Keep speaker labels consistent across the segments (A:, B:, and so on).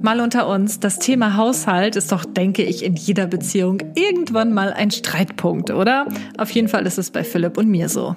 A: Mal unter uns, das Thema Haushalt ist doch, denke ich, in jeder Beziehung irgendwann mal ein Streitpunkt, oder? Auf jeden Fall ist es bei Philipp und mir so.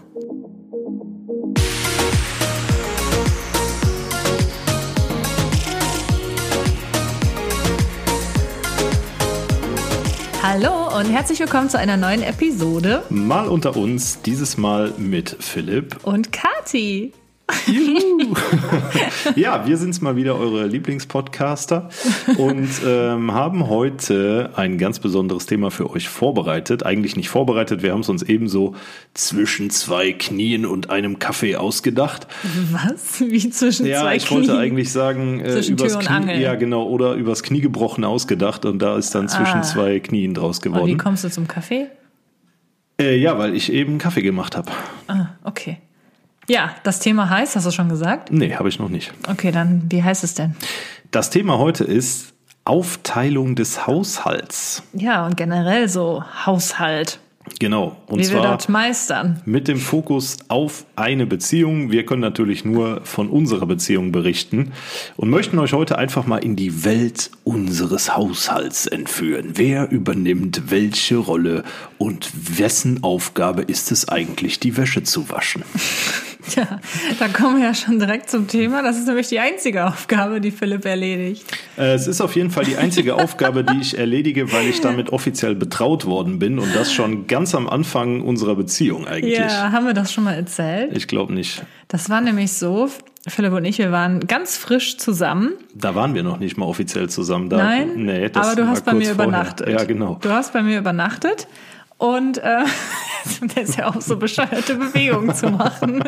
A: Hallo und herzlich willkommen zu einer neuen Episode.
B: Mal unter uns, dieses Mal mit Philipp
A: und Kathi.
B: Juhu. Ja, wir sind's mal wieder, eure Lieblingspodcaster und haben heute ein ganz besonderes Thema für euch vorbereitet. Eigentlich nicht vorbereitet, wir haben es uns ebenso zwischen zwei Knien und einem Kaffee ausgedacht.
A: Was? Wie zwischen zwei Knien?
B: Ja, ich wollte eigentlich sagen,
A: zwischen
B: übers
A: Tür und
B: Knie,
A: Angel.
B: ja genau, oder übers Knie gebrochen ausgedacht und da ist dann zwischen zwei Knien draus geworden.
A: Und wie kommst du zum Kaffee?
B: Ja, weil ich eben Kaffee gemacht habe.
A: Ah, okay. Ja, das Thema heißt, hast du schon gesagt?
B: Nee, habe ich noch nicht.
A: Okay, dann wie heißt es denn?
B: Das Thema heute ist Aufteilung des Haushalts.
A: Ja, und generell so Haushalt.
B: Genau. Und
A: wie
B: zwar
A: wir das meistern.
B: mit dem Fokus auf eine Beziehung. Wir können natürlich nur von unserer Beziehung berichten und möchten euch heute einfach mal in die Welt unseres Haushalts entführen. Wer übernimmt welche Rolle und wessen Aufgabe ist es eigentlich, die Wäsche zu waschen?
A: Ja, da kommen wir ja schon direkt zum Thema. Das ist nämlich die einzige Aufgabe, die Philipp erledigt.
B: Es ist auf jeden Fall die einzige Aufgabe, die ich erledige, weil ich damit offiziell betraut worden bin und das schon ganz am Anfang unserer Beziehung eigentlich.
A: Ja, haben wir das schon mal erzählt?
B: Ich glaube nicht.
A: Das war nämlich so, Philipp und ich, wir waren ganz frisch zusammen.
B: Da waren wir noch nicht mal offiziell zusammen.
A: Nein,
B: nee, das
A: aber du
B: war
A: hast bei
B: kurz
A: mir
B: vorher.
A: übernachtet.
B: Ja, genau.
A: Du hast bei mir übernachtet. Und der ist ja auch so bescheuerte Bewegungen zu machen.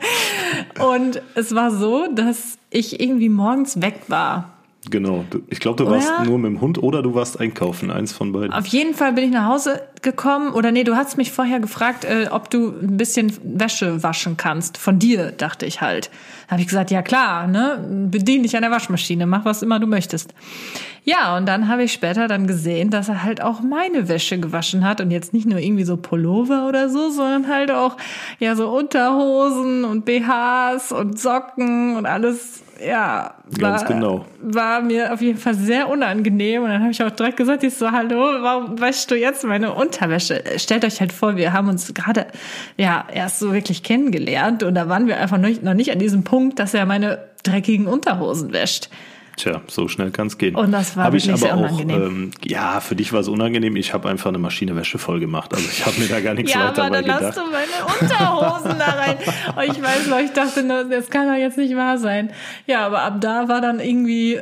A: Und es war so, dass ich irgendwie morgens weg war.
B: Genau. Ich glaube, du warst nur mit dem Hund oder du warst einkaufen. Eins von beiden.
A: Auf jeden Fall bin ich nach Hause gekommen. Oder nee, du hast mich vorher gefragt, ob du ein bisschen Wäsche waschen kannst. Von dir, dachte ich halt. Da habe ich gesagt, ja klar, ne, bedien dich an der Waschmaschine, mach was immer du möchtest. Ja, und dann habe ich später dann gesehen, dass er halt auch meine Wäsche gewaschen hat und jetzt nicht nur irgendwie so Pullover oder so, sondern halt auch ja so Unterhosen und BHs und Socken und alles. Ja,
B: ganz genau.
A: War mir auf jeden Fall sehr unangenehm und dann habe ich auch direkt gesagt, ich so, hallo, warum wäschst du jetzt meine Unterwäsche? Stellt euch halt vor, wir haben uns gerade ja erst so wirklich kennengelernt und da waren wir einfach noch nicht an diesem Punkt, dass er meine dreckigen Unterhosen wäscht.
B: Tja, so schnell kann es gehen.
A: Und das war wirklich sehr unangenehm.
B: Ja, für dich war es unangenehm. Ich habe einfach eine Maschine Wäsche voll gemacht. Also ich habe mir da gar nichts weiter dabei gedacht. Ja, aber dann
A: lass du meine Unterhosen da rein. Und ich weiß noch, ich dachte, das kann doch jetzt nicht wahr sein. Ja, aber ab da war dann irgendwie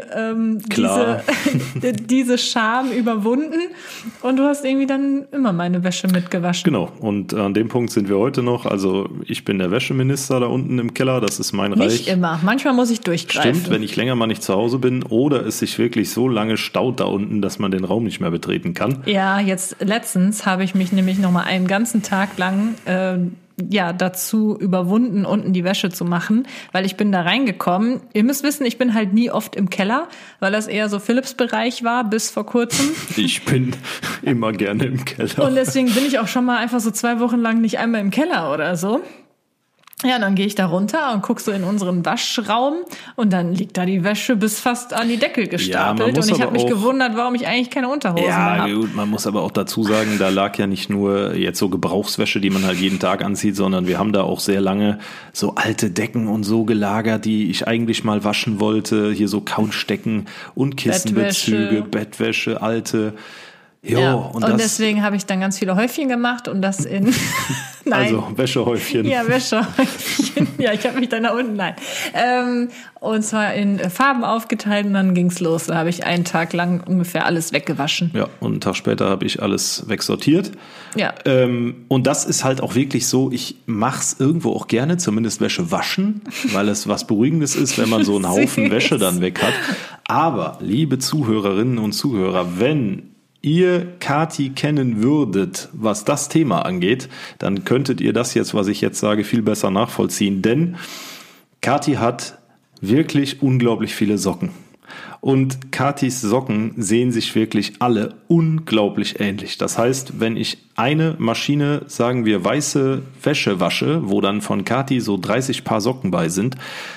A: diese Scham überwunden. Und du hast irgendwie dann immer meine Wäsche mitgewaschen.
B: Genau. Und an dem Punkt sind wir heute noch. Also ich bin der Wäscheminister da unten im Keller. Das ist mein Reich.
A: Nicht immer. Manchmal muss ich durchgreifen.
B: Stimmt, wenn ich länger mal nicht zu Hause bin oder es sich wirklich so lange staut da unten, dass man den Raum nicht mehr betreten kann.
A: Ja, jetzt letztens habe ich mich nämlich noch mal einen ganzen Tag lang dazu überwunden, unten die Wäsche zu machen, weil ich bin da reingekommen. Ihr müsst wissen, ich bin halt nie oft im Keller, weil das eher so Philipps Bereich war bis vor kurzem.
B: Ich bin immer gerne im Keller.
A: Und deswegen bin ich auch schon mal einfach so 2 Wochen lang nicht einmal im Keller oder so. Ja, dann gehe ich da runter und guck so in unseren Waschraum und dann liegt da die Wäsche bis fast an die Decke gestapelt und ich habe mich gewundert, warum ich eigentlich keine Unterhosen mehr habe.
B: Ja, gut, man muss aber auch dazu sagen, da lag ja nicht nur jetzt so Gebrauchswäsche, die man halt jeden Tag anzieht, sondern wir haben da auch sehr lange so alte Decken und so gelagert, die ich eigentlich mal waschen wollte. Hier so Couchdecken und Kissenbezüge, Bettwäsche, alte. Jo,
A: ja, und deswegen habe ich dann ganz viele Häufchen gemacht und das in... Nein.
B: Also Wäschehäufchen.
A: Ja, Wäschehäufchen. Ja, ich habe mich dann da unten... Nein. Und zwar in Farben aufgeteilt und dann ging's los. Da habe ich einen Tag lang ungefähr alles weggewaschen.
B: Ja, und einen Tag später habe ich alles wegsortiert.
A: Ja.
B: Und das ist halt auch wirklich so, ich mach's irgendwo auch gerne, zumindest Wäsche waschen, weil es was Beruhigendes ist, wenn man so einen Haufen Wäsche dann weg hat. Aber, liebe Zuhörerinnen und Zuhörer, wenn ihr Kathi kennen würdet, was das Thema angeht, dann könntet ihr das jetzt, was ich jetzt sage, viel besser nachvollziehen. Denn Kathi hat wirklich unglaublich viele Socken. Und Kathis Socken sehen sich wirklich alle unglaublich ähnlich. Das heißt, wenn ich eine Maschine, sagen wir, weiße Wäsche wasche, wo dann von Kathi so 30 Paar Socken bei sind,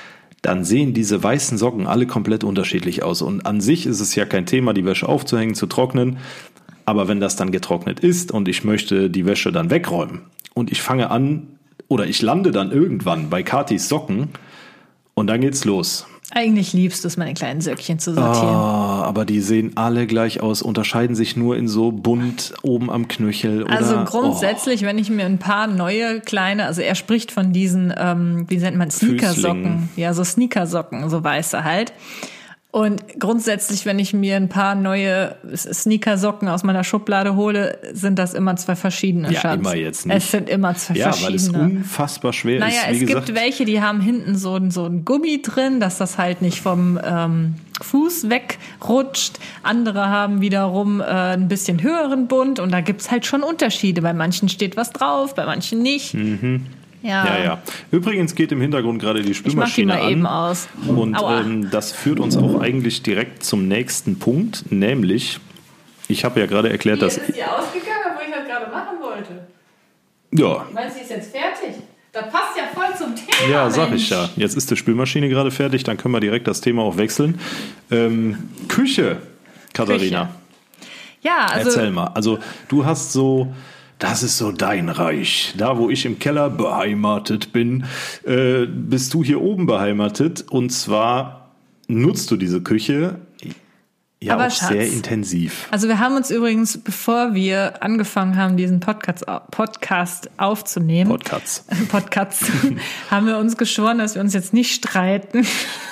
B: dann sehen diese weißen Socken alle komplett unterschiedlich aus. Und an sich ist es ja kein Thema, die Wäsche aufzuhängen, zu trocknen. Aber wenn das dann getrocknet ist und ich möchte die Wäsche dann wegräumen und ich fange an oder ich lande dann irgendwann bei Katis Socken und dann geht's los.
A: Eigentlich liebst du es, meine kleinen Söckchen zu sortieren.
B: Aber die sehen alle gleich aus, unterscheiden sich nur in so bunt oben am Knöchel. Oder,
A: also grundsätzlich, wenn ich mir ein paar neue kleine, also er spricht von diesen, wie nennt man, Sneakersocken.
B: Füßling.
A: Ja, so Sneakersocken, so weiße halt. Und grundsätzlich, wenn ich mir ein paar neue Sneakersocken aus meiner Schublade hole, sind das immer zwei verschiedene,
B: Ja,
A: Schatz.
B: immer jetzt nicht.
A: Es sind immer zwei verschiedene.
B: Ja, weil es unfassbar schwer ist.
A: Naja,
B: Wie
A: es
B: gesagt,
A: gibt welche, die haben hinten so ein Gummi drin, dass das halt nicht vom Fuß wegrutscht. Andere haben wiederum ein bisschen höheren Bund und da gibt's halt schon Unterschiede. Bei manchen steht was drauf, bei manchen nicht.
B: Ja. Übrigens geht im Hintergrund gerade die Spülmaschine
A: ich mach die mal
B: an.
A: eben aus.
B: Und das führt uns auch eigentlich direkt zum nächsten Punkt, nämlich, ich habe ja gerade erklärt, dass...
A: Ist die ausgegangen, wo ich das gerade machen wollte?
B: Ja.
A: Meinst du, die ist jetzt fertig? Das passt ja voll zum Thema.
B: Ja, sag
A: Mensch.
B: ich ja. Jetzt ist die Spülmaschine gerade fertig, dann können wir direkt das Thema auch wechseln. Küche, Katharina.
A: Ja, also
B: Erzähl mal. Also du hast so... Das ist so dein Reich. Da, wo ich im Keller beheimatet bin, bist du hier oben beheimatet. Und zwar nutzt du diese Küche ja
A: Aber
B: auch
A: Schatz,
B: sehr intensiv.
A: Also wir haben uns übrigens, bevor wir angefangen haben, diesen Podcast aufzunehmen, Podcast, haben wir uns geschworen, dass wir uns jetzt nicht streiten.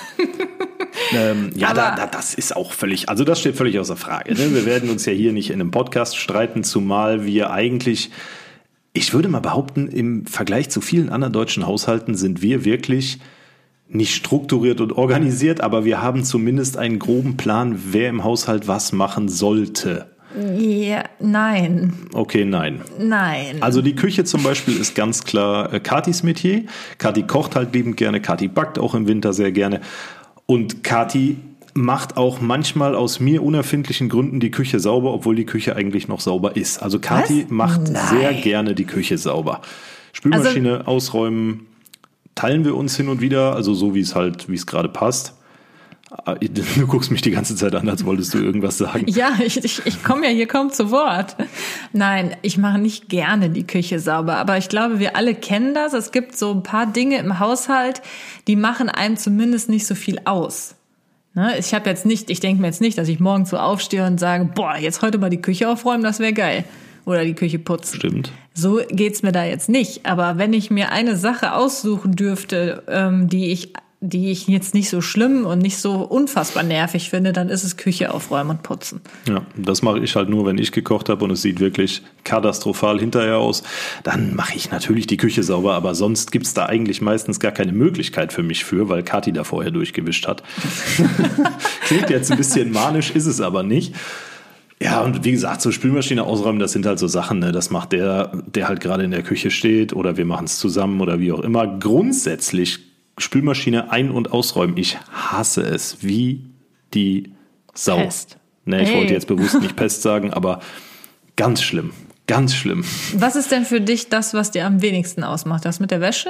B: Das ist auch völlig, also das steht völlig außer Frage. Ne? Wir werden uns ja hier nicht in einem Podcast streiten, zumal wir eigentlich, ich würde mal behaupten, im Vergleich zu vielen anderen deutschen Haushalten sind wir wirklich nicht strukturiert und organisiert, aber wir haben zumindest einen groben Plan, wer im Haushalt was machen sollte.
A: Ja, nein.
B: Okay, nein.
A: Nein.
B: Also die Küche zum Beispiel ist ganz klar Katis Metier. Kati kocht halt liebend gerne, Kati backt auch im Winter sehr gerne. Und Kati macht auch manchmal aus mir unerfindlichen Gründen die Küche sauber, obwohl die Küche eigentlich noch sauber ist. Also Kati macht sehr gerne die Küche sauber. Spülmaschine ausräumen, teilen wir uns hin und wieder, also so wie es gerade passt. Du guckst mich die ganze Zeit an, als wolltest du irgendwas sagen.
A: Ja, ich komme ja hier kaum zu Wort. Nein, ich mache nicht gerne die Küche sauber, aber ich glaube, wir alle kennen das. Es gibt so ein paar Dinge im Haushalt, die machen einem zumindest nicht so viel aus. Ne? Ich denke mir jetzt nicht, dass ich morgens so aufstehe und sage, boah, jetzt heute mal die Küche aufräumen, das wäre geil. Oder die Küche putzen.
B: Stimmt.
A: So geht's mir da jetzt nicht. Aber wenn ich mir eine Sache aussuchen dürfte, die ich jetzt nicht so schlimm und nicht so unfassbar nervig finde, dann ist es Küche aufräumen und putzen.
B: Ja, das mache ich halt nur, wenn ich gekocht habe und es sieht wirklich katastrophal hinterher aus. Dann mache ich natürlich die Küche sauber, aber sonst gibt's da eigentlich meistens gar keine Möglichkeit für mich weil Kathi da vorher durchgewischt hat. Klingt jetzt ein bisschen manisch, ist es aber nicht. Ja, und wie gesagt, so Spülmaschine ausräumen, das sind halt so Sachen, ne? Das macht der halt gerade in der Küche steht oder wir machen es zusammen oder wie auch immer. Grundsätzlich Spülmaschine ein- und ausräumen. Ich hasse es wie die Sau.
A: Pest.
B: Ne, ich wollte jetzt bewusst nicht Pest sagen, aber ganz schlimm. Ganz schlimm.
A: Was ist denn für dich das, was dir am wenigsten ausmacht? Das mit der Wäsche?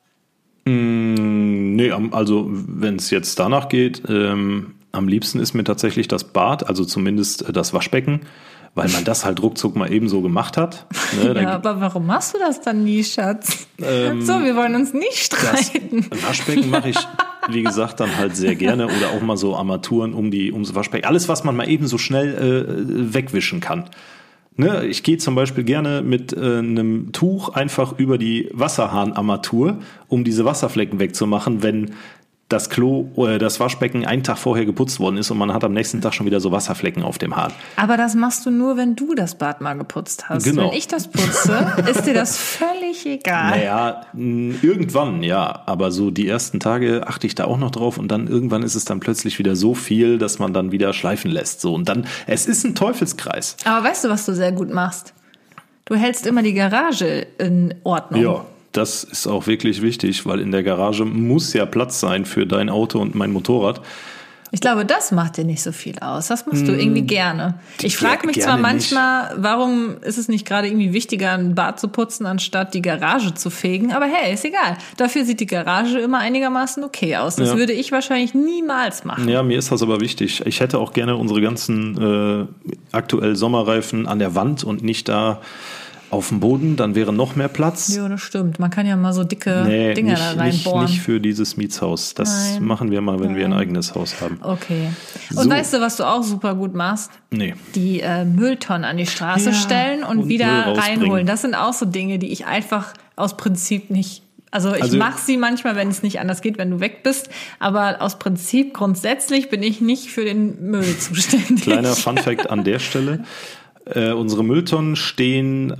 B: Nee, also wenn es jetzt danach geht, am liebsten ist mir tatsächlich das Bad, also zumindest das Waschbecken, weil man das halt ruckzuck mal eben so gemacht hat. Ne?
A: Ja, aber warum machst du das dann nie, Schatz? So, wir wollen uns nicht streiten.
B: Das Waschbecken mache ich, wie gesagt, dann halt sehr gerne oder auch mal so Armaturen ums Waschbecken. Alles, was man mal eben so schnell wegwischen kann. Ne? Ich gehe zum Beispiel gerne mit einem Tuch einfach über die Wasserhahnarmatur, um diese Wasserflecken wegzumachen, wenn das Klo oder das Waschbecken einen Tag vorher geputzt worden ist und man hat am nächsten Tag schon wieder so Wasserflecken auf dem Hahn.
A: Aber das machst du nur, wenn du das Bad mal geputzt hast.
B: Genau.
A: Wenn ich das putze, ist dir das völlig egal.
B: Naja, irgendwann, ja. Aber so die ersten Tage achte ich da auch noch drauf und dann irgendwann ist es dann plötzlich wieder so viel, dass man dann wieder schleifen lässt. So, und dann, es ist ein Teufelskreis.
A: Aber weißt du, was du sehr gut machst? Du hältst immer die Garage in Ordnung.
B: Ja. Das ist auch wirklich wichtig, weil in der Garage muss ja Platz sein für dein Auto und mein Motorrad.
A: Ich glaube, das macht dir nicht so viel aus. Das machst du irgendwie gerne. Ich frage mich zwar manchmal, warum ist es nicht gerade irgendwie wichtiger, ein Bad zu putzen, anstatt die Garage zu fegen. Aber hey, ist egal. Dafür sieht die Garage immer einigermaßen okay aus. Das würde ich wahrscheinlich niemals machen.
B: Ja, mir ist das aber wichtig. Ich hätte auch gerne unsere ganzen aktuell Sommerreifen an der Wand und nicht da auf dem Boden, dann wäre noch mehr Platz.
A: Ja, das stimmt. Man kann ja mal so dicke Dinger da reinbohren.
B: Nicht für dieses Mietshaus. Das machen wir mal, wenn wir ein eigenes Haus haben.
A: Okay. Und weißt du, was du auch super gut machst?
B: Nee.
A: Die Mülltonnen an die Straße stellen und wieder reinholen. Das sind auch so Dinge, die ich einfach aus Prinzip nicht... Also ich mache sie manchmal, wenn es nicht anders geht, wenn du weg bist. Aber aus Prinzip, grundsätzlich bin ich nicht für den Müll zuständig.
B: Kleiner Funfact an der Stelle. Unsere Mülltonnen stehen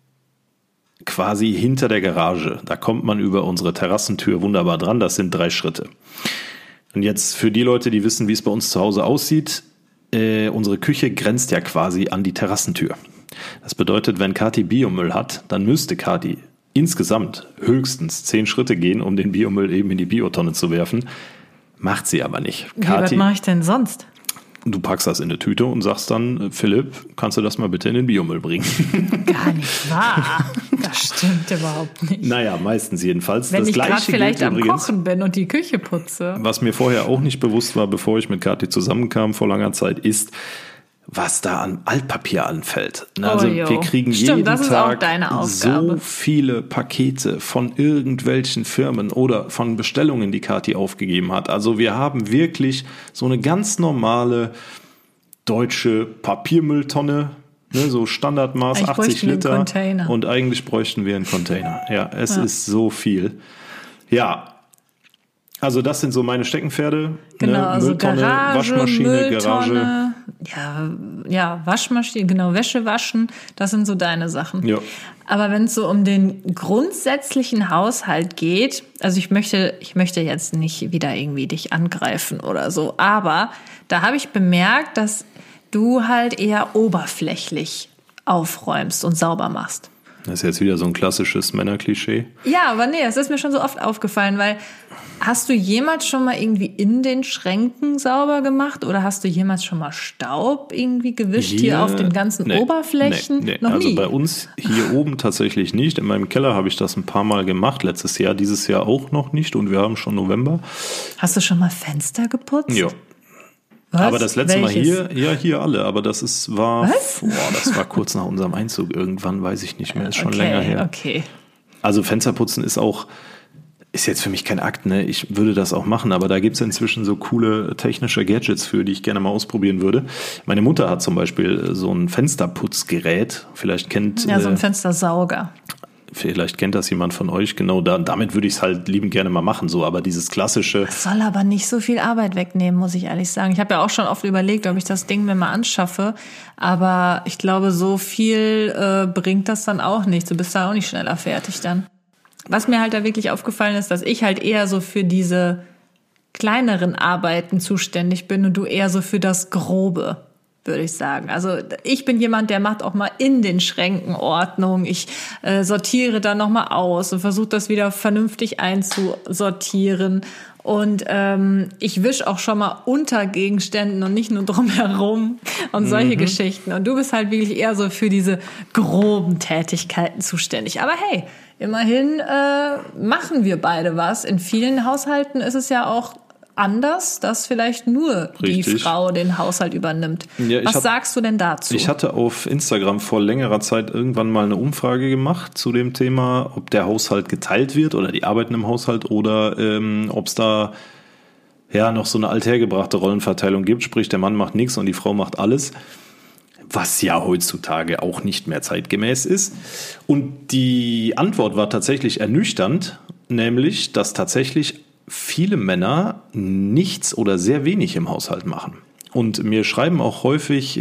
B: quasi hinter der Garage. Da kommt man über unsere Terrassentür wunderbar dran. Das sind 3 Schritte. Und jetzt für die Leute, die wissen, wie es bei uns zu Hause aussieht, unsere Küche grenzt ja quasi an die Terrassentür. Das bedeutet, wenn Kathi Biomüll hat, dann müsste Kathi insgesamt höchstens 10 Schritte gehen, um den Biomüll eben in die Biotonne zu werfen. Macht sie aber nicht.
A: Was mache ich denn sonst?
B: Du packst das in eine Tüte und sagst dann, Philipp, kannst du das mal bitte in den Biomüll bringen?
A: Gar nicht wahr. Das stimmt überhaupt nicht.
B: Naja, meistens jedenfalls.
A: Wenn
B: das
A: ich gerade vielleicht am
B: übrigens,
A: Kochen bin und die Küche putze.
B: Was mir vorher auch nicht bewusst war, bevor ich mit Kathi zusammenkam vor langer Zeit, ist, was da an Altpapier anfällt. Also wir kriegen jeden Tag so viele Pakete von irgendwelchen Firmen oder von Bestellungen, die Kathi aufgegeben hat. Also wir haben wirklich so eine ganz normale deutsche Papiermülltonne, ne, so Standardmaß 80 Liter. Und eigentlich bräuchten wir einen Container. Ja, es ist so viel. Ja. Also das sind so meine Steckenpferde.
A: Genau,
B: ne?
A: also
B: Mülltonne,
A: Garage,
B: Waschmaschine,
A: Mülltonne,
B: Garage.
A: Ja, Waschmaschine, genau, Wäsche waschen, das sind so deine Sachen.
B: Ja.
A: Aber wenn es so um den grundsätzlichen Haushalt geht, also ich möchte jetzt nicht wieder irgendwie dich angreifen oder so, aber da habe ich bemerkt, dass du halt eher oberflächlich aufräumst und sauber machst.
B: Das ist jetzt wieder so ein klassisches Männerklischee.
A: Ja, aber nee, das ist mir schon so oft aufgefallen, weil hast du jemals schon mal irgendwie in den Schränken sauber gemacht oder hast du jemals schon mal Staub irgendwie gewischt hier auf den ganzen Oberflächen?
B: Nee.
A: Noch
B: also
A: nie.
B: Bei uns hier oben tatsächlich nicht. In meinem Keller habe ich das ein paar Mal gemacht, letztes Jahr, dieses Jahr auch noch nicht und wir haben schon November.
A: Hast du schon mal Fenster geputzt?
B: Ja.
A: Was?
B: Aber das letzte
A: Welches?
B: Mal hier alle, aber das war kurz nach unserem Einzug irgendwann, weiß ich nicht mehr, ist schon länger her.
A: Okay.
B: Also Fensterputzen ist jetzt für mich kein Akt, ne? Ich würde das auch machen, aber da gibt es inzwischen so coole technische Gadgets für, die ich gerne mal ausprobieren würde. Meine Mutter hat zum Beispiel so ein Fensterputzgerät, so ein
A: Fenstersauger.
B: Vielleicht kennt das jemand von euch, genau, damit würde ich es halt liebend gerne mal machen, so, aber dieses klassische...
A: Das soll aber nicht so viel Arbeit wegnehmen, muss ich ehrlich sagen. Ich habe ja auch schon oft überlegt, ob ich das Ding mir mal anschaffe, aber ich glaube, so viel bringt das dann auch nicht. Du bist da auch nicht schneller fertig dann. Was mir halt da wirklich aufgefallen ist, dass ich halt eher so für diese kleineren Arbeiten zuständig bin und du eher so für das Grobe, würde ich sagen. Also ich bin jemand, der macht auch mal in den Schränken Ordnung. Ich sortiere da nochmal aus und versuche das wieder vernünftig einzusortieren. Und ich wische auch schon mal unter Gegenständen und nicht nur drumherum und solche Geschichten. Und du bist halt wirklich eher so für diese groben Tätigkeiten zuständig. Aber hey, immerhin machen wir beide was. In vielen Haushalten ist es ja auch anders, dass vielleicht nur die Frau den Haushalt übernimmt. Ja, was sagst du denn dazu?
B: Ich hatte auf Instagram vor längerer Zeit irgendwann mal eine Umfrage gemacht zu dem Thema, ob der Haushalt geteilt wird oder die Arbeiten im Haushalt oder ob es da noch so eine althergebrachte Rollenverteilung gibt, sprich der Mann macht nichts und die Frau macht alles. Was ja heutzutage auch nicht mehr zeitgemäß ist. Und die Antwort war tatsächlich ernüchternd, nämlich, dass tatsächlich viele Männer nichts oder sehr wenig im Haushalt machen. Und mir schreiben auch häufig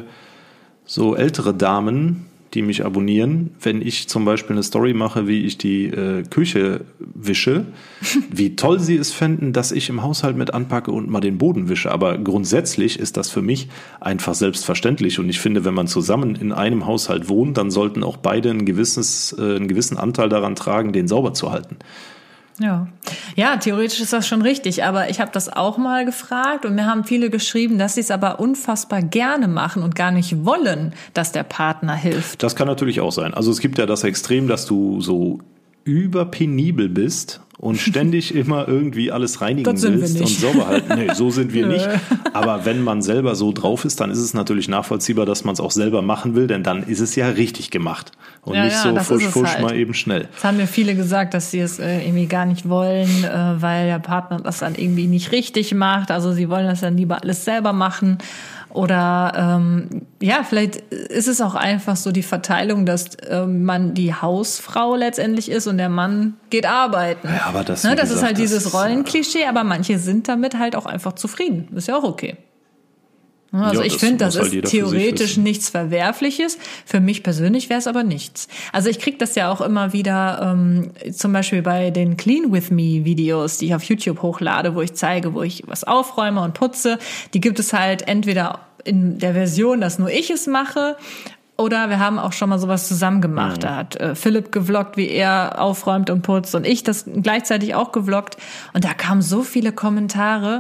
B: so ältere Damen, die mich abonnieren, wenn ich zum Beispiel eine Story mache, wie ich die Küche wische, wie toll sie es fänden, dass ich im Haushalt mit anpacke und mal den Boden wische. Aber grundsätzlich ist das für mich einfach selbstverständlich. Und ich finde, wenn man zusammen in einem Haushalt wohnt, dann sollten auch beide einen gewissen Anteil daran tragen, den sauber zu halten.
A: Ja, theoretisch ist das schon richtig, aber ich habe das auch mal gefragt und mir haben viele geschrieben, dass sie es aber unfassbar gerne machen und gar nicht wollen, dass der Partner hilft.
B: Das kann natürlich auch sein. Also es gibt ja das Extrem, dass du so überpenibel bist und ständig immer irgendwie alles reinigen willst und sauber halten. Nee, so sind wir nicht. Aber wenn man selber so drauf ist, dann ist es natürlich nachvollziehbar, dass man es auch selber machen will, denn dann ist es ja richtig gemacht und nicht so fusch mal eben schnell.
A: Das haben mir viele gesagt, dass sie es irgendwie gar nicht wollen, weil der Partner das dann irgendwie nicht richtig macht. Also sie wollen das dann lieber alles selber machen. Oder vielleicht ist es auch einfach so die Verteilung, dass man die Hausfrau letztendlich ist und der Mann geht arbeiten.
B: Ja, aber das
A: ist halt dieses Rollenklischee, aber manche sind damit halt auch einfach zufrieden. Ist ja auch okay. Also ich finde, das ist theoretisch nichts Verwerfliches. Für mich persönlich wäre es aber nichts. Also ich kriege das ja auch immer wieder, zum Beispiel bei den Clean With Me Videos, die ich auf YouTube hochlade, wo ich zeige, wo ich was aufräume und putze. Die gibt es halt entweder in der Version, dass nur ich es mache, oder wir haben auch schon mal sowas zusammen gemacht. Da hat Philipp gevloggt, wie er aufräumt und putzt und ich das gleichzeitig auch gevloggt. Und da kamen so viele Kommentare,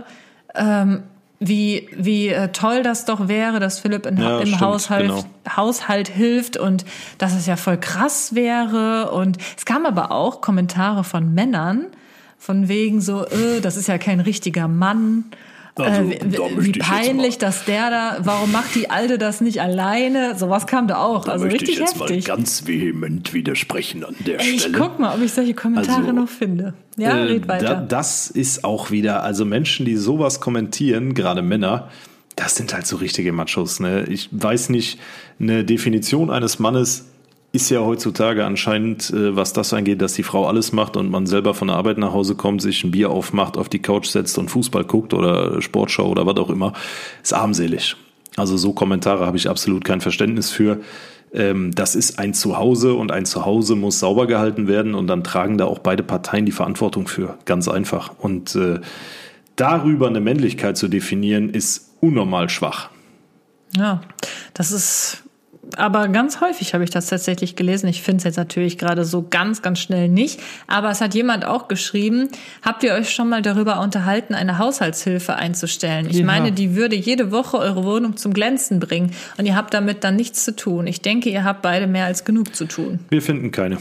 A: wie toll das doch wäre, dass Philipp im Haushalt hilft und dass es ja voll krass wäre. Und es kamen aber auch Kommentare von Männern, von wegen so, das ist ja kein richtiger Mann. Also, wie peinlich, dass warum macht die Alte das nicht alleine? Sowas kam da auch, also richtig heftig. Da möchte ich jetzt
B: mal ganz vehement widersprechen an der Stelle.
A: Ich guck mal, ob ich solche Kommentare noch finde. Ja, red weiter.
B: Das ist auch wieder, also Menschen, die sowas kommentieren, gerade Männer, das sind halt so richtige Machos, ne? Ich weiß nicht, eine Definition eines Mannes ist ja heutzutage anscheinend, was das angeht, dass die Frau alles macht und man selber von der Arbeit nach Hause kommt, sich ein Bier aufmacht, auf die Couch setzt und Fußball guckt oder Sportschau oder was auch immer, ist armselig. Also so Kommentare habe ich absolut kein Verständnis für. Das ist ein Zuhause und ein Zuhause muss sauber gehalten werden und dann tragen da auch beide Parteien die Verantwortung für. Ganz einfach. Und darüber eine Männlichkeit zu definieren, ist unnormal schwach.
A: Ja, das ist... Aber ganz häufig habe ich das tatsächlich gelesen. Ich finde es jetzt natürlich gerade so ganz, ganz schnell nicht. Aber es hat jemand auch geschrieben, habt ihr euch schon mal darüber unterhalten, eine Haushaltshilfe einzustellen? Ich meine, die würde jede Woche eure Wohnung zum Glänzen bringen. Und ihr habt damit dann nichts zu tun. Ich denke, ihr habt beide mehr als genug zu tun.
B: Wir finden keine.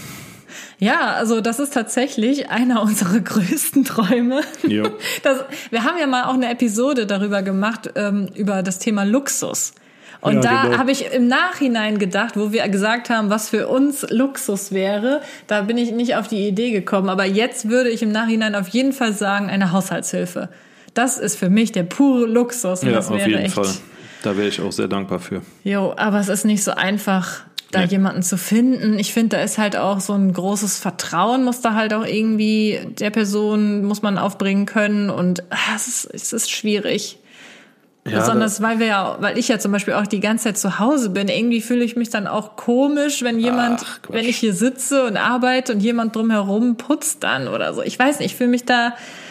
A: Ja, also das ist tatsächlich einer unserer größten Träume.
B: Jo.
A: Wir haben ja mal auch eine Episode darüber gemacht, über das Thema Luxus. Und da habe ich im Nachhinein gedacht, wo wir gesagt haben, was für uns Luxus wäre, da bin ich nicht auf die Idee gekommen. Aber jetzt würde ich im Nachhinein auf jeden Fall sagen, eine Haushaltshilfe. Das ist für mich der pure Luxus. Und das wäre auf jeden Fall.
B: Da wäre ich auch sehr dankbar für.
A: Jo, aber es ist nicht so einfach, da jemanden zu finden. Ich finde, da ist halt auch so ein großes Vertrauen, muss da halt auch irgendwie der Person, muss man aufbringen können. Und es ist schwierig. Ja, besonders, weil ich ja zum Beispiel auch die ganze Zeit zu Hause bin. Irgendwie fühle ich mich dann auch komisch, wenn wenn ich hier sitze und arbeite und jemand drumherum putzt dann oder so. Ich weiß nicht, ich fühle mich da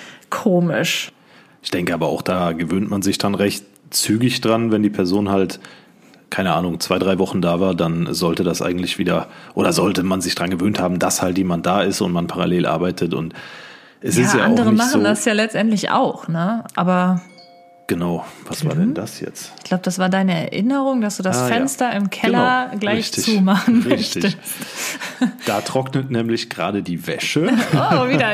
A: komisch.
B: Ich denke aber auch, da gewöhnt man sich dann recht zügig dran, wenn die Person halt, keine Ahnung, 2-3 Wochen da war, dann sollte das eigentlich wieder, oder sollte man sich dran gewöhnt haben, dass halt jemand da ist und man parallel arbeitet und es ist ja auch
A: andere
B: nicht
A: machen
B: so,
A: das ja letztendlich auch, ne? Aber
B: genau, was war denn das jetzt?
A: Ich glaube, das war deine Erinnerung, dass du das Fenster im Keller gleich zumachen möchtest.
B: Da trocknet nämlich gerade die Wäsche.
A: Oh, wieder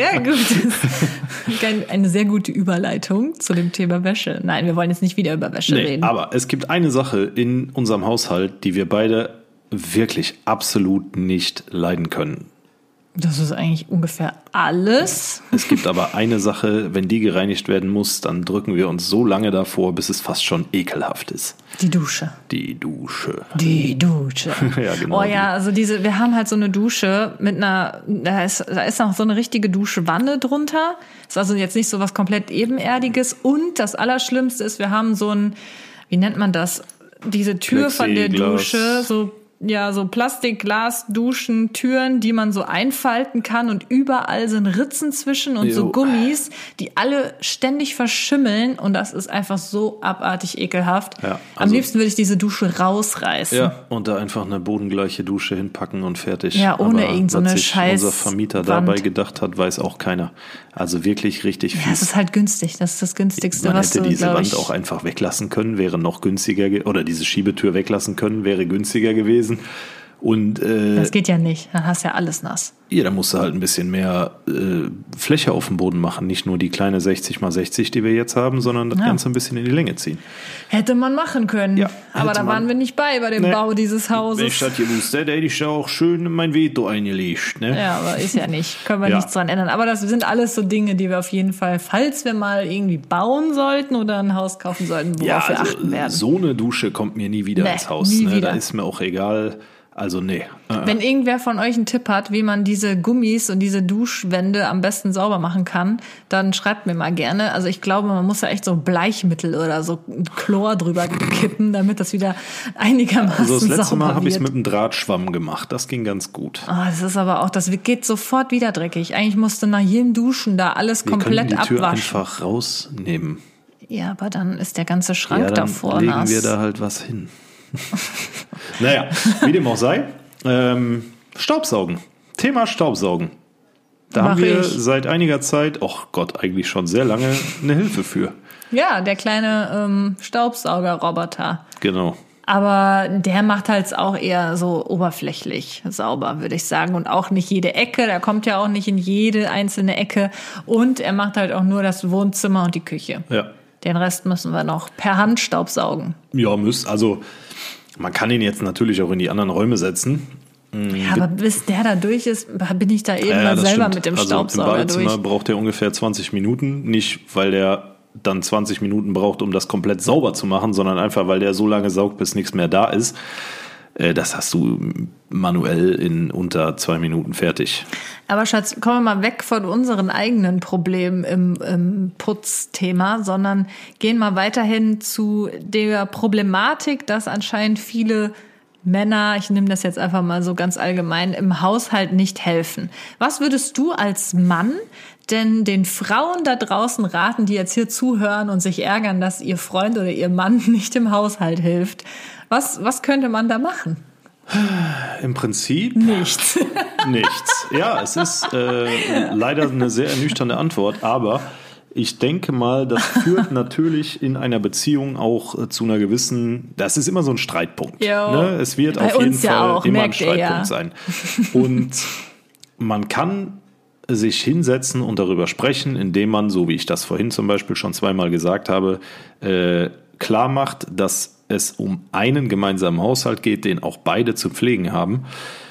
A: eine sehr gute Überleitung zu dem Thema Wäsche. Nein, wir wollen jetzt nicht wieder über Wäsche reden.
B: Aber es gibt eine Sache in unserem Haushalt, die wir beide wirklich absolut nicht leiden können.
A: Das ist eigentlich ungefähr alles.
B: Es gibt aber eine Sache, wenn die gereinigt werden muss, dann drücken wir uns so lange davor, bis es fast schon ekelhaft ist.
A: Die Dusche.
B: Ja, genau.
A: Oh ja, also wir haben halt so eine Dusche mit da ist noch so eine richtige Duschwanne drunter. Ist also jetzt nicht so was komplett Ebenerdiges. Und das Allerschlimmste ist, wir haben so ein, wie nennt man das? Diese Tür von der Dusche, so so Plastik-Glas-Duschen, Türen, die man so einfalten kann und überall sind Ritzen zwischen und so Gummis, die alle ständig verschimmeln und das ist einfach so abartig ekelhaft.
B: Ja,
A: Am liebsten würde ich diese Dusche rausreißen.
B: Ja, und da einfach eine bodengleiche Dusche hinpacken und fertig.
A: Ja, ohne
B: Aber
A: irgend so eine
B: was sich
A: Scheiß
B: unser Vermieter
A: Wand
B: dabei gedacht hat, weiß auch keiner. Also wirklich richtig fies.
A: Ja, es ist halt günstig. Das ist das Günstigste,
B: Man
A: was
B: hätte
A: du,
B: diese
A: glaub
B: Wand
A: ich,
B: auch einfach weglassen können, wäre noch günstiger, oder diese Schiebetür weglassen können, wäre günstiger gewesen. Und
A: das geht ja nicht. Dann hast du ja alles nass.
B: ja, da musst du halt ein bisschen mehr Fläche auf dem Boden machen. Nicht nur die kleine 60x60, die wir jetzt haben, sondern das Ganze ein bisschen in die Länge ziehen.
A: Hätte man machen können.
B: Ja,
A: aber da waren wir nicht bei dem Bau dieses Hauses.
B: Wenn ich das gewusst hätte, hätte ich ja auch schön mein Veto eingelegt. Ne?
A: Ja, aber ist ja nicht. Können wir nichts dran ändern. Aber das sind alles so Dinge, die wir auf jeden Fall, falls wir mal irgendwie bauen sollten oder ein Haus kaufen sollten, worauf wir achten werden.
B: So eine Dusche kommt mir nie wieder ins Haus.
A: Nie
B: Ne?
A: wieder.
B: Da ist mir auch egal. Also nee.
A: Wenn irgendwer von euch einen Tipp hat, wie man diese Gummis und diese Duschwände am besten sauber machen kann, dann schreibt mir mal gerne. Also ich glaube, man muss da echt so Bleichmittel oder so Chlor drüber kippen, damit das wieder einigermaßen sauber wird.
B: Also das letzte Mal habe ich es mit einem Drahtschwamm gemacht. Das ging ganz gut.
A: Das ist aber auch, das geht sofort wieder dreckig. Eigentlich musste nach jedem Duschen da alles komplett
B: die Tür
A: abwaschen.
B: einfach rausnehmen.
A: Ja, aber dann ist der ganze Schrank
B: dann
A: davor
B: legen
A: nass.
B: wir da halt was hin. Naja, wie dem auch sei. Staubsaugen. Thema Staubsaugen. Da haben wir seit einiger Zeit, Gott, eigentlich schon sehr lange, eine Hilfe für.
A: Ja, der kleine Staubsaugerroboter.
B: Genau.
A: Aber der macht halt auch eher so oberflächlich sauber, würde ich sagen. Und auch nicht jede Ecke. Der kommt ja auch nicht in jede einzelne Ecke. Und er macht halt auch nur das Wohnzimmer und die Küche.
B: Ja.
A: Den Rest müssen wir noch per Hand staubsaugen.
B: Ja, also man kann ihn jetzt natürlich auch in die anderen Räume setzen.
A: Ja, aber bis der da durch ist, bin ich da eben mal selber mit dem Staubsauger
B: im Badezimmer
A: durch.
B: Braucht er ungefähr 20 Minuten. Nicht, weil der dann 20 Minuten braucht, um das komplett sauber zu machen, sondern einfach, weil der so lange saugt, bis nichts mehr da ist. Das hast du manuell in unter 2 Minuten fertig.
A: Aber Schatz, kommen wir mal weg von unseren eigenen Problemen im Putzthema, sondern gehen mal weiterhin zu der Problematik, dass anscheinend viele Männer, ich nehme das jetzt einfach mal so ganz allgemein, im Haushalt nicht helfen. Was würdest du als Mann denn den Frauen da draußen raten, die jetzt hier zuhören und sich ärgern, dass ihr Freund oder ihr Mann nicht im Haushalt hilft? Was könnte man da machen?
B: Im Prinzip
A: nichts.
B: Nichts. Ja, es ist leider eine sehr ernüchternde Antwort, aber ich denke mal, das führt natürlich in einer Beziehung auch zu einer gewissen, das ist immer so ein Streitpunkt. Ne? Es wird
A: bei
B: auf jeden
A: uns ja
B: Fall
A: auch,
B: immer ein
A: merkt ihr
B: Streitpunkt sein. Und man kann sich hinsetzen und darüber sprechen, indem man, so wie ich das vorhin zum Beispiel schon zweimal gesagt habe, klar macht, dass es um einen gemeinsamen Haushalt geht, den auch beide zu pflegen haben.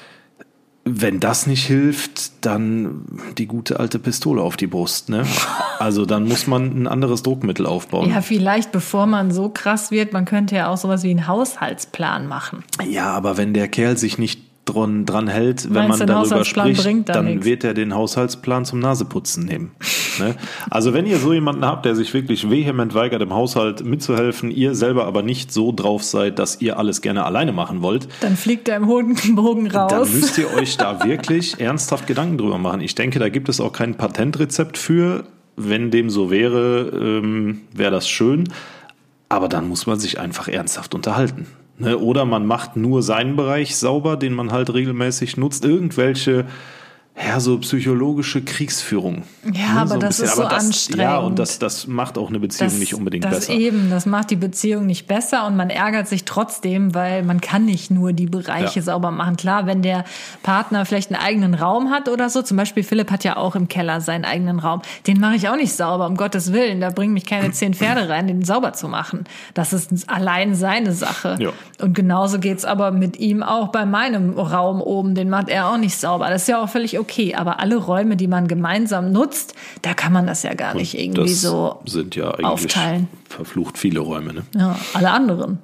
B: Wenn das nicht hilft, dann die gute alte Pistole auf die Brust, ne? Also dann muss man ein anderes Druckmittel aufbauen.
A: Ja, vielleicht bevor man so krass wird, man könnte ja auch sowas wie einen Haushaltsplan machen.
B: Ja, aber wenn der Kerl sich nicht dran hält, wenn man darüber spricht, dann wird er den Haushaltsplan zum Naseputzen nehmen. Ne? Also wenn ihr so jemanden habt, der sich wirklich vehement weigert, im Haushalt mitzuhelfen, ihr selber aber nicht so drauf seid, dass ihr alles gerne alleine machen wollt,
A: dann fliegt er im hohen Bogen raus.
B: Dann müsst ihr euch da wirklich ernsthaft Gedanken drüber machen. Ich denke, da gibt es auch kein Patentrezept für. Wenn dem so wäre, wäre das schön. Aber dann muss man sich einfach ernsthaft unterhalten. Ne? Oder man macht nur seinen Bereich sauber, den man halt regelmäßig nutzt. Irgendwelche, so psychologische Kriegsführung.
A: Ja, ne? Aber so das ist so anstrengend.
B: Ja, und das macht auch eine Beziehung nicht unbedingt besser.
A: Das macht die Beziehung nicht besser und man ärgert sich trotzdem, weil man kann nicht nur die Bereiche sauber machen. Klar, wenn der Partner vielleicht einen eigenen Raum hat oder so, zum Beispiel Philipp hat ja auch im Keller seinen eigenen Raum, den mache ich auch nicht sauber, um Gottes Willen. Da bringen mich keine 10 Pferde rein, den sauber zu machen. Das ist allein seine Sache. Ja. Und genauso geht's aber mit ihm auch bei meinem Raum oben, den macht er auch nicht sauber. Das ist ja auch völlig okay, aber alle Räume, die man gemeinsam nutzt, da kann man das ja gar nicht irgendwie so
B: sind ja eigentlich
A: aufteilen.
B: Verflucht viele Räume, ne?
A: Ja, alle anderen.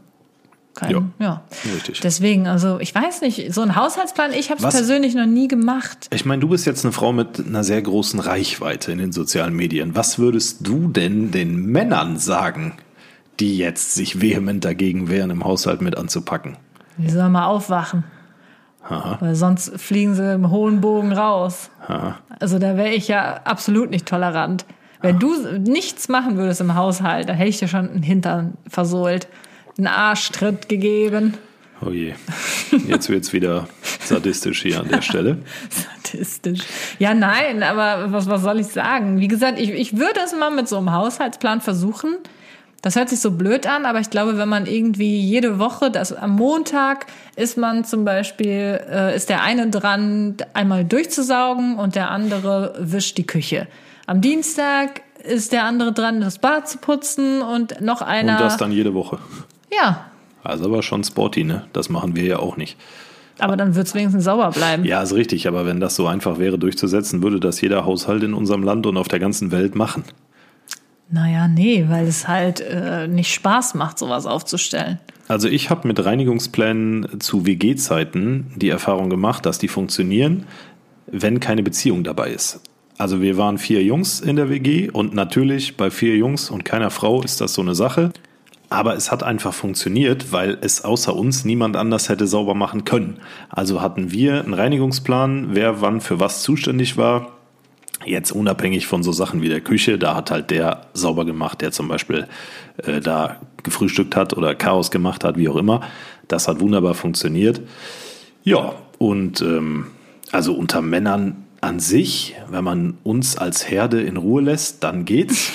A: Ja,
B: richtig.
A: Deswegen, also ich weiß nicht, so ein Haushaltsplan, ich habe es persönlich noch nie gemacht.
B: Ich meine, du bist jetzt eine Frau mit einer sehr großen Reichweite in den sozialen Medien. Was würdest du denn den Männern sagen, die jetzt sich vehement dagegen wehren, im Haushalt mit anzupacken?
A: Die sollen mal aufwachen.
B: Aha.
A: Weil sonst fliegen sie im hohen Bogen raus.
B: Aha.
A: Also da wäre ich ja absolut nicht tolerant. Wenn du nichts machen würdest im Haushalt, dann hätte ich dir schon einen Hintern versohlt, einen Arschtritt gegeben.
B: Oh je, jetzt wird's wieder sadistisch hier an der Stelle.
A: Statistisch. Ja, nein, aber was soll ich sagen? Wie gesagt, ich würde es mal mit so einem Haushaltsplan versuchen. Das hört sich so blöd an, aber ich glaube, wenn man irgendwie jede Woche, am Montag ist man zum Beispiel, ist der eine dran, einmal durchzusaugen und der andere wischt die Küche. Am Dienstag ist der andere dran, das Bad zu putzen und noch einer.
B: Und das dann jede Woche.
A: Ja.
B: Also aber schon sporty, ne? Das machen wir ja auch nicht.
A: Aber dann wird es wenigstens sauber bleiben.
B: Ja, ist richtig, aber wenn das so einfach wäre durchzusetzen, würde das jeder Haushalt in unserem Land und auf der ganzen Welt machen.
A: Naja, nee, weil es halt nicht Spaß macht, sowas aufzustellen.
B: Also ich habe mit Reinigungsplänen zu WG-Zeiten die Erfahrung gemacht, dass die funktionieren, wenn keine Beziehung dabei ist. Also wir waren 4 Jungs in der WG und natürlich bei 4 Jungs und keiner Frau ist das so eine Sache. Aber es hat einfach funktioniert, weil es außer uns niemand anders hätte sauber machen können. Also hatten wir einen Reinigungsplan, wer wann für was zuständig war. Jetzt unabhängig von so Sachen wie der Küche, da hat halt der sauber gemacht, der zum Beispiel da gefrühstückt hat oder Chaos gemacht hat, wie auch immer. Das hat wunderbar funktioniert. Ja, und also unter Männern an sich, wenn man uns als Herde in Ruhe lässt, dann geht's.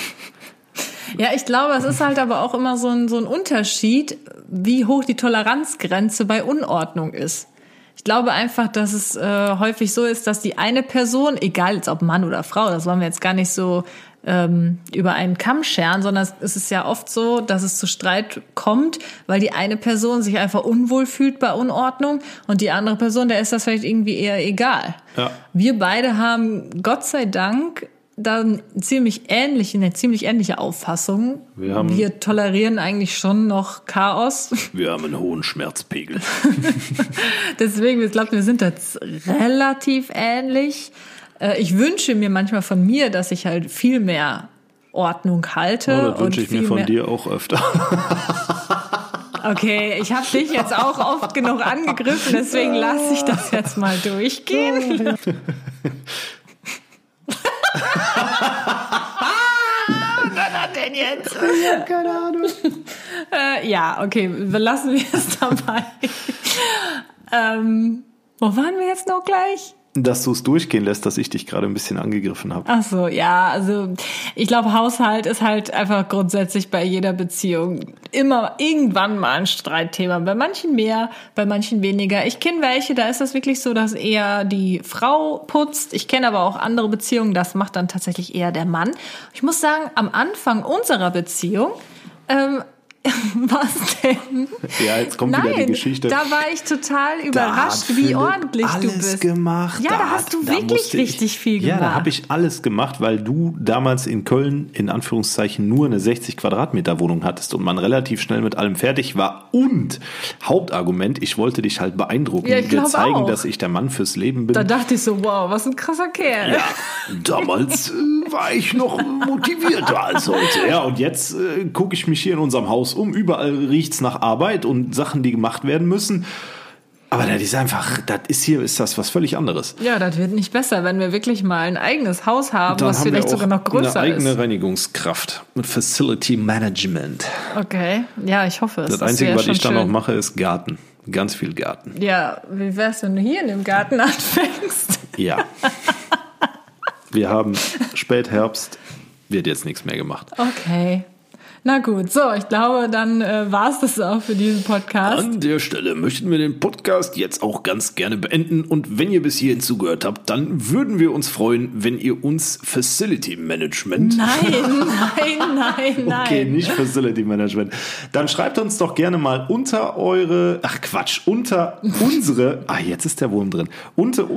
A: Ja, ich glaube, es ist halt aber auch immer so ein Unterschied, wie hoch die Toleranzgrenze bei Unordnung ist. Ich glaube einfach, dass es häufig so ist, dass die eine Person, egal jetzt ob Mann oder Frau, das wollen wir jetzt gar nicht so über einen Kamm scheren, sondern es ist ja oft so, dass es zu Streit kommt, weil die eine Person sich einfach unwohl fühlt bei Unordnung und die andere Person, der ist das vielleicht irgendwie eher egal. Ja. Wir beide haben, Gott sei Dank, da eine ziemlich ähnliche Auffassung. Wir tolerieren eigentlich schon noch Chaos.
B: Wir haben einen hohen Schmerzpegel.
A: Deswegen, ich glaube, wir sind jetzt relativ ähnlich. Ich wünsche mir manchmal von mir, dass ich halt viel mehr Ordnung halte.
B: Oh, das wünsche ich mir von dir auch öfter.
A: Okay, ich habe dich jetzt auch oft genug angegriffen, deswegen lasse ich das jetzt mal durchgehen. Was hat denn jetzt?
B: Ich habe keine Ahnung.
A: Ja, okay, lassen wir es dabei. Wo waren wir jetzt noch gleich?
B: Dass du es durchgehen lässt, dass ich dich gerade ein bisschen angegriffen habe.
A: Ach so, ja, also ich glaube, Haushalt ist halt einfach grundsätzlich bei jeder Beziehung immer irgendwann mal ein Streitthema. Bei manchen mehr, bei manchen weniger. Ich kenne welche, da ist das wirklich so, dass eher die Frau putzt. Ich kenne aber auch andere Beziehungen, das macht dann tatsächlich eher der Mann. Ich muss sagen, am Anfang unserer Beziehung was denn?
B: Ja, jetzt kommt wieder die Geschichte.
A: Da war ich total überrascht, wie ordentlich du bist.
B: Alles gemacht.
A: Ja, da hast du wirklich richtig viel gemacht.
B: Ja, da habe ich alles gemacht, weil du damals in Köln in Anführungszeichen nur eine 60 Quadratmeter Wohnung hattest und man relativ schnell mit allem fertig war. Und Hauptargument, ich wollte dich halt beeindrucken, dir zeigen, auch, dass ich der Mann fürs Leben bin.
A: Da dachte ich so, wow, was ein krasser Kerl.
B: Ja, damals war ich noch motivierter als heute. Ja, und jetzt gucke ich mich hier in unserem Haus um. Überall riecht's nach Arbeit und Sachen, die gemacht werden müssen. Aber das ist einfach, ist das was völlig anderes.
A: Ja, das wird nicht besser, wenn wir wirklich mal ein eigenes Haus haben, was vielleicht sogar noch größer ist.
B: Eine eigene Reinigungskraft mit Facility Management.
A: Okay, ja, ich hoffe es.
B: Das Einzige, was ich dann noch mache, ist Garten. Ganz viel Garten.
A: Ja, wie wär's, wenn du hier in dem Garten anfängst?
B: Ja. Wir haben Spätherbst, wird jetzt nichts mehr gemacht.
A: Okay. Na gut, so, ich glaube, dann war es das auch für diesen Podcast.
B: An der Stelle möchten wir den Podcast jetzt auch ganz gerne beenden. Und wenn ihr bis hierhin zugehört habt, dann würden wir uns freuen, wenn ihr uns Facility Management...
A: Nein.
B: Okay, nicht Facility Management. Dann schreibt uns doch gerne mal unter unsere... jetzt ist der Wurm drin. Unter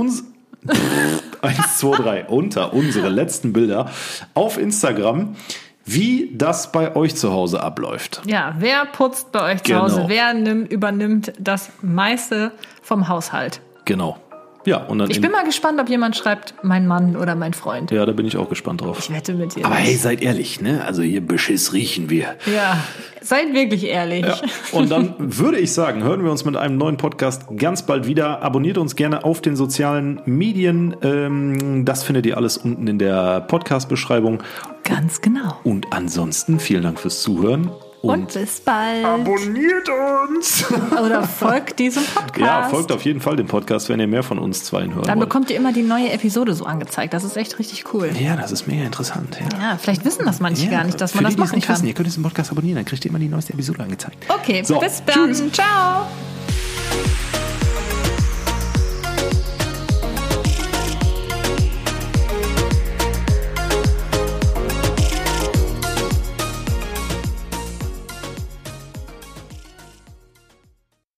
B: unsere letzten Bilder auf Instagram, wie das bei euch zu Hause abläuft.
A: Ja, wer putzt bei euch zu Hause? Wer übernimmt das meiste vom Haushalt?
B: Genau. Ja, und dann
A: Ich bin mal gespannt, ob jemand schreibt, mein Mann oder mein Freund.
B: Ja, da bin ich auch gespannt drauf.
A: Ich wette mit dir.
B: Aber hey, seid ehrlich, ne? Also hier Beschiss riechen wir.
A: Ja, seid wirklich ehrlich.
B: Ja. Und dann würde ich sagen, hören wir uns mit einem neuen Podcast ganz bald wieder. Abonniert uns gerne auf den sozialen Medien. Das findet ihr alles unten in der Podcast-Beschreibung.
A: Ganz genau.
B: Und ansonsten vielen Dank fürs Zuhören.
A: Und bis bald.
B: Abonniert uns!
A: Oder folgt diesem Podcast.
B: Ja, folgt auf jeden Fall dem Podcast, wenn ihr mehr von uns zweien hören
A: Dann
B: wollt.
A: bekommt ihr immer die neue Episode so angezeigt. Das ist echt richtig cool.
B: Ja, das ist mega interessant.
A: Ja, vielleicht wissen das manche gar nicht, dass man das machen
B: nicht
A: kann.
B: Wissen, ihr könnt diesen Podcast abonnieren, dann kriegt ihr immer die neueste Episode angezeigt.
A: Okay,
B: So,
A: bis dann.
B: tschüss.
A: Ciao.